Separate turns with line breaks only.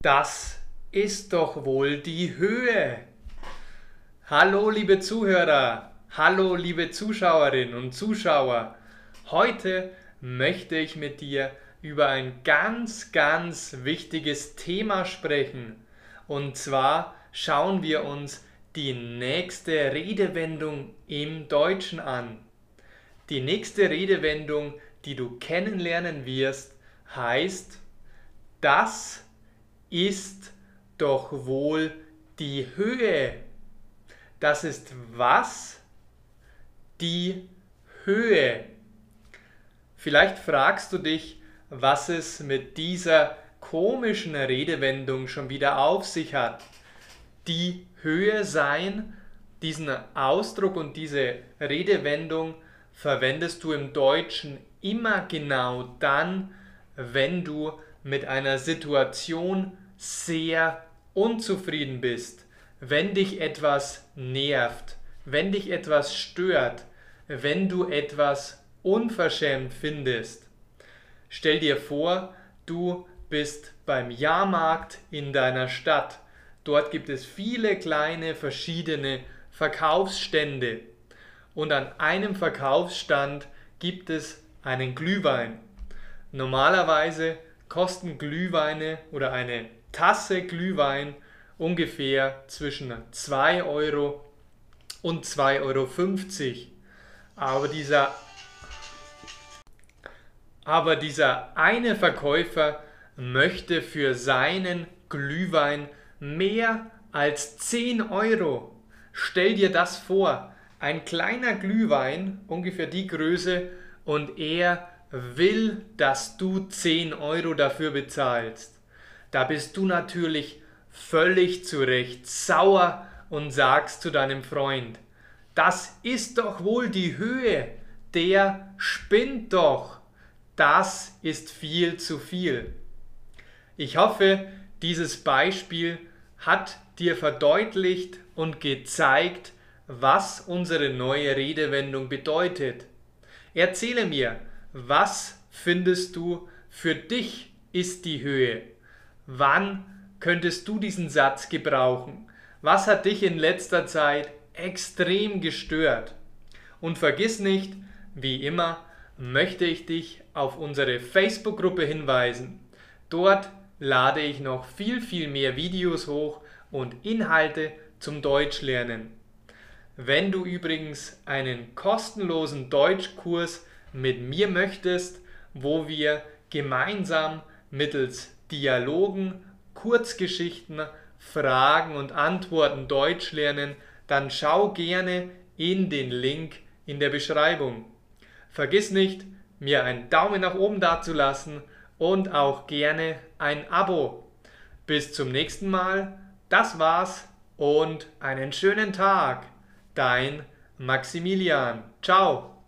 Das ist doch wohl die Höhe. Hallo liebe Zuhörer, hallo liebe Zuschauerinnen und Zuschauer. Heute möchte ich mit dir über ein ganz wichtiges Thema sprechen. Und zwar schauen wir uns die nächste Redewendung im Deutschen an. Die nächste Redewendung, die du kennenlernen wirst, heißt: Das ist doch wohl die Höhe. Das ist was? Die Höhe. Vielleicht fragst du dich, was es mit dieser komischen Redewendung schon wieder auf sich hat. Die Höhe sein, diesen Ausdruck und diese Redewendung verwendest du im Deutschen immer genau dann, wenn du mit einer Situation sehr unzufrieden bist, wenn dich etwas nervt, wenn dich etwas stört, wenn du etwas unverschämt findest. Stell dir vor, du bist beim Jahrmarkt in deiner Stadt. Dort gibt es viele kleine verschiedene Verkaufsstände. Und an einem Verkaufsstand gibt es einen Glühwein. Normalerweise kosten Glühweine oder eine Tasse Glühwein ungefähr zwischen 2 Euro und 2,50 Euro. Aber dieser eine Verkäufer möchte für seinen Glühwein mehr als 10 Euro. Stell dir das vor, ein kleiner Glühwein, ungefähr die Größe, und er will, dass du 10 Euro dafür bezahlst. Da bist du natürlich völlig zu Recht sauer und sagst zu deinem Freund: Das ist doch wohl die Höhe, der spinnt doch. Das ist viel zu viel. Ich hoffe, dieses Beispiel hat dir verdeutlicht und gezeigt, was unsere neue Redewendung bedeutet. Erzähle mir, was findest du für dich ist die Höhe? Wann könntest du diesen Satz gebrauchen? Was hat dich in letzter Zeit extrem gestört? Und vergiss nicht, wie immer, möchte ich dich auf unsere Facebook-Gruppe hinweisen. Dort lade ich noch viel mehr Videos hoch und Inhalte zum Deutschlernen. Wenn du übrigens einen kostenlosen Deutschkurs mit mir möchtest, wo wir gemeinsam mittels Dialogen, Kurzgeschichten, Fragen und Antworten Deutsch lernen, dann schau gerne in den Link in der Beschreibung. Vergiss nicht, mir einen Daumen nach oben dazulassen und auch gerne ein Abo. Bis zum nächsten Mal, das war's und einen schönen Tag. Dein Maximilian. Ciao.